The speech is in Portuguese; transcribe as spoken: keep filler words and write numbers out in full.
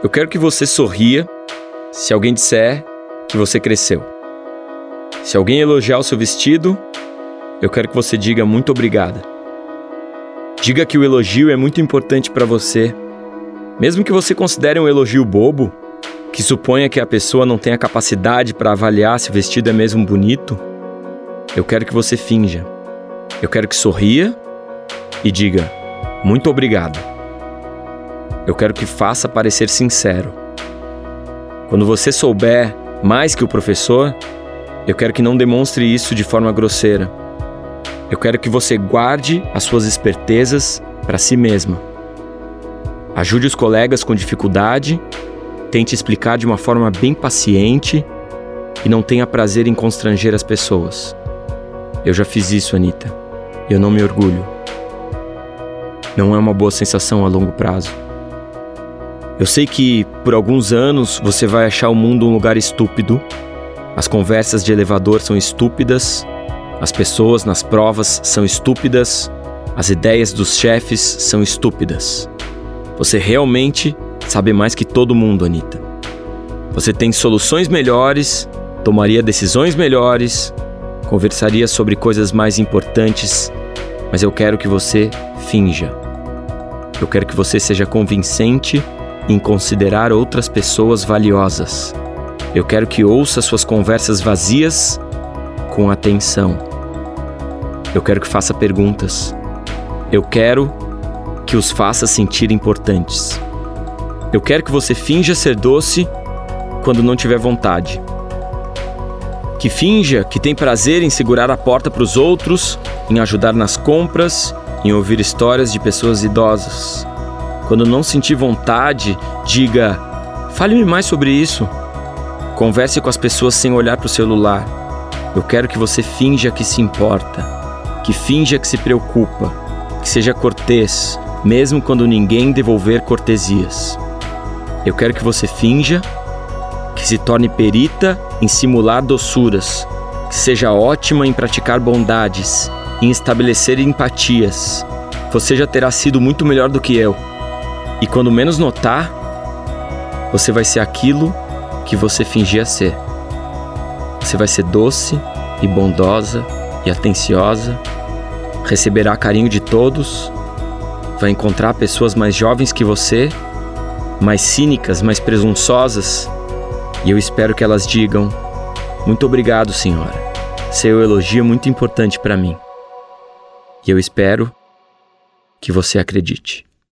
Eu quero que você sorria se alguém disser que você cresceu. Se alguém elogiar o seu vestido, eu quero que você diga muito obrigada. Diga que o elogio é muito importante para você. Mesmo que você considere um elogio bobo, que suponha que a pessoa não tenha capacidade para avaliar se o vestido é mesmo bonito, eu quero que você finja. Eu quero que sorria e diga muito obrigado. Eu quero que faça parecer sincero. Quando você souber mais que o professor, eu quero que não demonstre isso de forma grosseira. Eu quero que você guarde as suas espertezas para si mesma. Ajude os colegas com dificuldade, tente explicar de uma forma bem paciente e não tenha prazer em constranger as pessoas. Eu já fiz isso, Anitta, e eu não me orgulho. Não é uma boa sensação a longo prazo. Eu sei que, por alguns anos, você vai achar o mundo um lugar estúpido. As conversas de elevador são estúpidas, as pessoas nas provas são estúpidas, as ideias dos chefes são estúpidas. Você realmente sabe mais que todo mundo, Anitta. Você tem soluções melhores, tomaria decisões melhores, conversaria sobre coisas mais importantes, mas eu quero que você finja. Eu quero que você seja convincente em considerar outras pessoas valiosas. Eu quero que ouça suas conversas vazias com atenção. Eu quero que faça perguntas. Eu quero que os faça sentir importantes. Eu quero que você finja ser doce quando não tiver vontade. Que finja que tem prazer em segurar a porta para os outros, em ajudar nas compras, em ouvir histórias de pessoas idosas. Quando não sentir vontade, diga: fale-me mais sobre isso. Converse com as pessoas sem olhar para o celular. Eu quero que você finja que se importa, que finja que se preocupa, que seja cortês, mesmo quando ninguém devolver cortesias. Eu quero que você finja que se torne perita em simular doçuras, que seja ótima em praticar bondades, em estabelecer empatias. Você já terá sido muito melhor do que eu. E quando menos notar, você vai ser aquilo que você fingia ser. Você vai ser doce e bondosa e atenciosa, receberá carinho de todos, vai encontrar pessoas mais jovens que você, mais cínicas, mais presunçosas, e eu espero que elas digam: muito obrigado, senhora. Seu elogio é muito importante para mim. E eu espero que você acredite.